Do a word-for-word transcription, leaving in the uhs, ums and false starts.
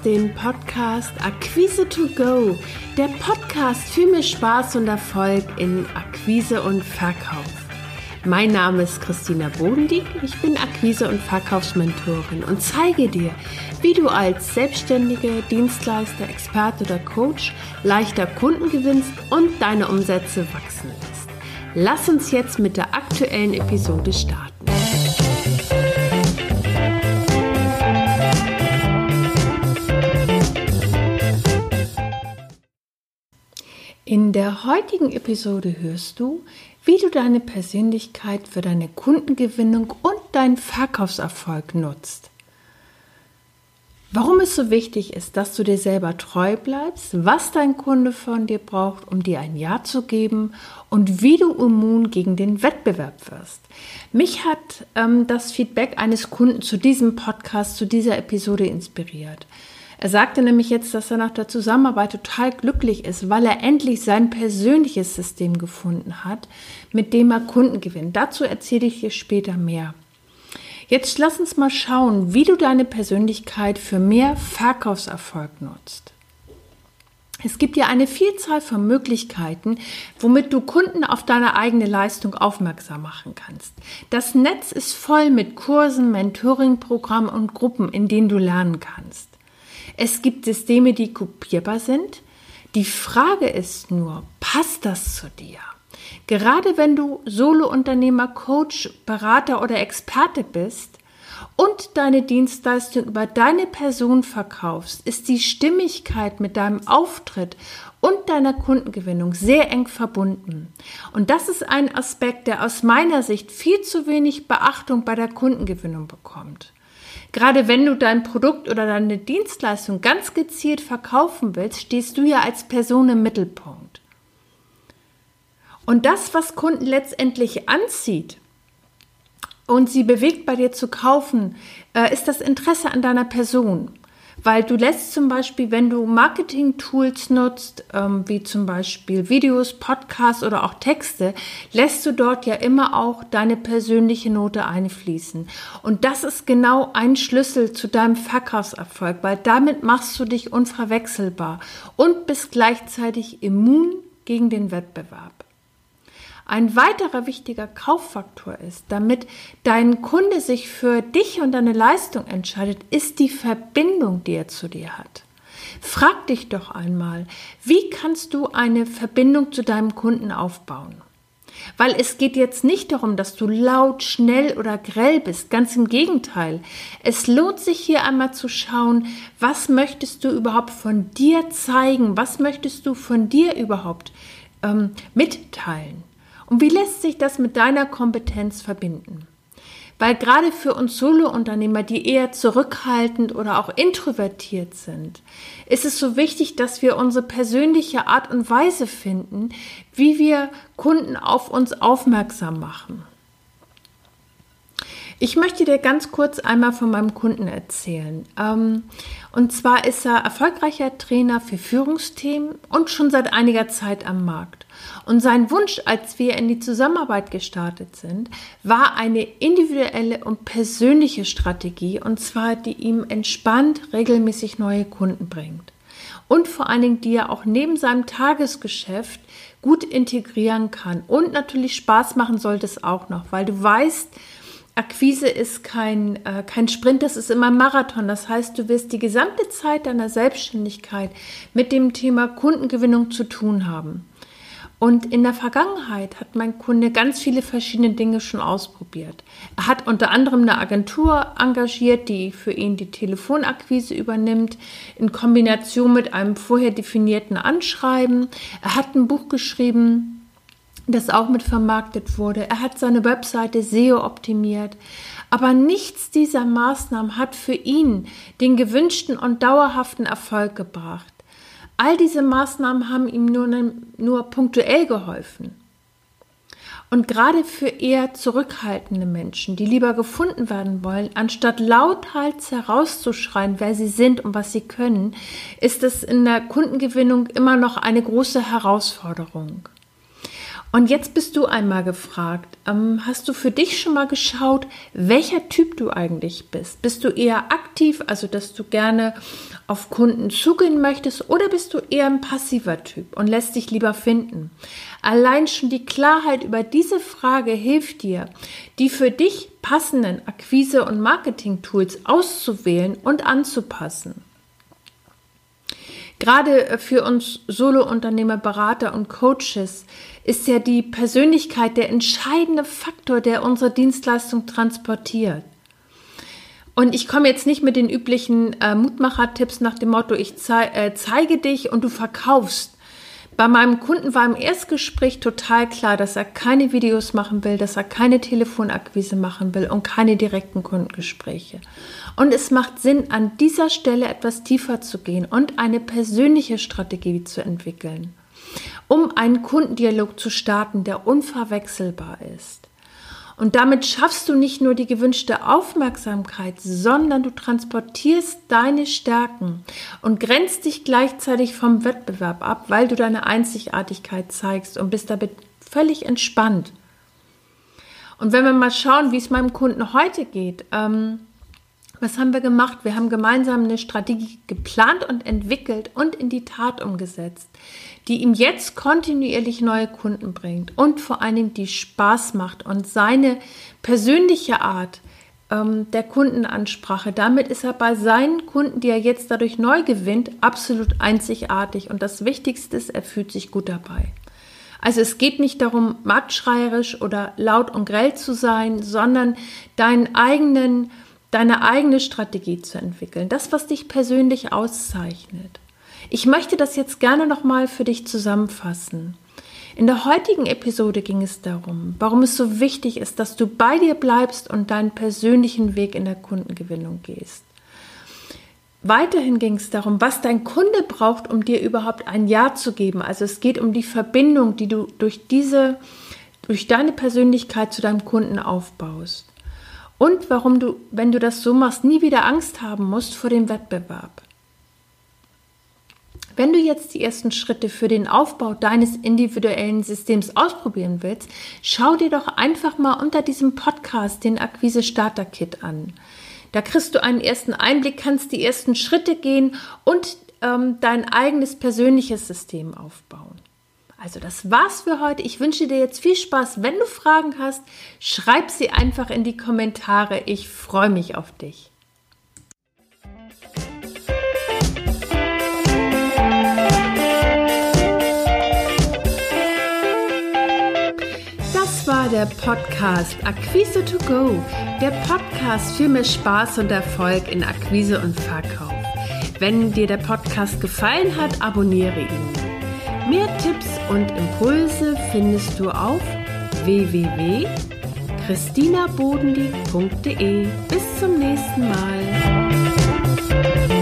hörst den Podcast Akquise to Go, der Podcast für mehr Spaß und Erfolg in Akquise und Verkauf. Mein Name ist Christina Bodendieck, ich bin Akquise- und Verkaufsmentorin und zeige dir, wie du als Selbstständige, Dienstleister, Experte oder Coach leichter Kunden gewinnst und deine Umsätze wachsen lässt. Lass uns jetzt mit der aktuellen Episode starten. In der heutigen Episode hörst du, wie du deine Persönlichkeit für deine Kundengewinnung und deinen Verkaufserfolg nutzt. Warum es so wichtig ist, dass du dir selber treu bleibst, was dein Kunde von dir braucht, um dir ein Ja zu geben und wie du immun gegen den Wettbewerb wirst. Mich hat ähm, das Feedback eines Kunden zu diesem Podcast, zu dieser Episode inspiriert. Er sagte nämlich jetzt, dass er nach der Zusammenarbeit total glücklich ist, weil er endlich sein persönliches System gefunden hat, mit dem er Kunden gewinnt. Dazu erzähle ich dir später mehr. Jetzt lass uns mal schauen, wie du deine Persönlichkeit für mehr Verkaufserfolg nutzt. Es gibt ja eine Vielzahl von Möglichkeiten, womit du Kunden auf deine eigene Leistung aufmerksam machen kannst. Das Netz ist voll mit Kursen, Mentoring-Programmen und Gruppen, in denen du lernen kannst. Es gibt Systeme, die kopierbar sind. Die Frage ist nur, passt das zu dir? Gerade wenn du Solo-Unternehmer, Coach, Berater oder Experte bist und deine Dienstleistung über deine Person verkaufst, ist die Stimmigkeit mit deinem Auftritt und deiner Kundengewinnung sehr eng verbunden. Und das ist ein Aspekt, der aus meiner Sicht viel zu wenig Beachtung bei der Kundengewinnung bekommt. Gerade wenn du dein Produkt oder deine Dienstleistung ganz gezielt verkaufen willst, stehst du ja als Person im Mittelpunkt. Und das, was Kunden letztendlich anzieht und sie bewegt, bei dir zu kaufen, ist das Interesse an deiner Person. Weil du lässt zum Beispiel, wenn du Marketing-Tools nutzt, ähm, wie zum Beispiel Videos, Podcasts oder auch Texte, lässt du dort ja immer auch deine persönliche Note einfließen. Und das ist genau ein Schlüssel zu deinem Verkaufserfolg, weil damit machst du dich unverwechselbar und bist gleichzeitig immun gegen den Wettbewerb. Ein weiterer wichtiger Kauffaktor ist, damit dein Kunde sich für dich und deine Leistung entscheidet, ist die Verbindung, die er zu dir hat. Frag dich doch einmal, wie kannst du eine Verbindung zu deinem Kunden aufbauen? Weil es geht jetzt nicht darum, dass du laut, schnell oder grell bist, ganz im Gegenteil. Es lohnt sich hier einmal zu schauen, was möchtest du überhaupt von dir zeigen, was möchtest du von dir überhaupt ähm, mitteilen? Und wie lässt sich das mit deiner Kompetenz verbinden? Weil gerade für uns Solo-Unternehmer, die eher zurückhaltend oder auch introvertiert sind, ist es so wichtig, dass wir unsere persönliche Art und Weise finden, wie wir Kunden auf uns aufmerksam machen. Ich möchte dir ganz kurz einmal von meinem Kunden erzählen. Und zwar ist er erfolgreicher Trainer für Führungsthemen und schon seit einiger Zeit am Markt. Und sein Wunsch, als wir in die Zusammenarbeit gestartet sind, war eine individuelle und persönliche Strategie, und zwar die ihm entspannt regelmäßig neue Kunden bringt. Und vor allen Dingen, die er auch neben seinem Tagesgeschäft gut integrieren kann. Und natürlich Spaß machen sollte es auch noch, weil du weißt, Akquise ist kein, äh, kein Sprint, das ist immer ein Marathon. Das heißt, du wirst die gesamte Zeit deiner Selbstständigkeit mit dem Thema Kundengewinnung zu tun haben. Und in der Vergangenheit hat mein Kunde ganz viele verschiedene Dinge schon ausprobiert. Er hat unter anderem eine Agentur engagiert, die für ihn die Telefonakquise übernimmt, in Kombination mit einem vorher definierten Anschreiben. Er hat ein Buch geschrieben, das auch mit vermarktet wurde. Er hat seine Webseite S E O optimiert. Aber nichts dieser Maßnahmen hat für ihn den gewünschten und dauerhaften Erfolg gebracht. All diese Maßnahmen haben ihm nur, nur punktuell geholfen. Und gerade für eher zurückhaltende Menschen, die lieber gefunden werden wollen, anstatt lauthals herauszuschreien, wer sie sind und was sie können, ist es in der Kundengewinnung immer noch eine große Herausforderung. Und jetzt bist du einmal gefragt, ähm, hast du für dich schon mal geschaut, welcher Typ du eigentlich bist? Bist du eher aktiv, also dass du gerne auf Kunden zugehen möchtest, oder bist du eher ein passiver Typ und lässt dich lieber finden? Allein schon die Klarheit über diese Frage hilft dir, die für dich passenden Akquise- und Marketing-Tools auszuwählen und anzupassen. Gerade für uns Solo-Unternehmer, Berater und Coaches ist ja die Persönlichkeit der entscheidende Faktor, der unsere Dienstleistung transportiert. Und ich komme jetzt nicht mit den üblichen äh, Mutmacher-Tipps nach dem Motto, ich zei- äh, zeige dich und du verkaufst. Bei meinem Kunden war im Erstgespräch total klar, dass er keine Videos machen will, dass er keine Telefonakquise machen will und keine direkten Kundengespräche. Und es macht Sinn, an dieser Stelle etwas tiefer zu gehen und eine persönliche Strategie zu entwickeln, um einen Kundendialog zu starten, der unverwechselbar ist. Und damit schaffst du nicht nur die gewünschte Aufmerksamkeit, sondern du transportierst deine Stärken und grenzt dich gleichzeitig vom Wettbewerb ab, weil du deine Einzigartigkeit zeigst und bist damit völlig entspannt. Und wenn wir mal schauen, wie es meinem Kunden heute geht, ähm, was haben wir gemacht? Wir haben gemeinsam eine Strategie geplant und entwickelt und in die Tat umgesetzt, die ihm jetzt kontinuierlich neue Kunden bringt und vor allem die Spaß macht und seine persönliche Art ähm, der Kundenansprache. Damit ist er bei seinen Kunden, die er jetzt dadurch neu gewinnt, absolut einzigartig. Und das Wichtigste ist, er fühlt sich gut dabei. Also es geht nicht darum, marktschreierisch oder laut und grell zu sein, sondern deinen eigenen deine eigene Strategie zu entwickeln, das, was dich persönlich auszeichnet. Ich möchte das jetzt gerne nochmal für dich zusammenfassen. In der heutigen Episode ging es darum, warum es so wichtig ist, dass du bei dir bleibst und deinen persönlichen Weg in der Kundengewinnung gehst. Weiterhin ging es darum, was dein Kunde braucht, um dir überhaupt ein Ja zu geben. Also es geht um die Verbindung, die du durch diese, durch deine Persönlichkeit zu deinem Kunden aufbaust. Und warum du, wenn du das so machst, nie wieder Angst haben musst vor dem Wettbewerb. Wenn du jetzt die ersten Schritte für den Aufbau deines individuellen Systems ausprobieren willst, schau dir doch einfach mal unter diesem Podcast den Akquise Starter Kit an. Da kriegst du einen ersten Einblick, kannst die ersten Schritte gehen und ähm, dein eigenes persönliches System aufbauen. Also das war's für heute. Ich wünsche dir jetzt viel Spaß. Wenn du Fragen hast, schreib sie einfach in die Kommentare. Ich freue mich auf dich. Das war der Podcast Akquise to go, der Podcast für mehr Spaß und Erfolg in Akquise und Verkauf. Wenn dir der Podcast gefallen hat, abonniere ihn. Mehr Tipps und Impulse findest du auf w w w punkt christina bodendieck punkt de. Bis zum nächsten Mal.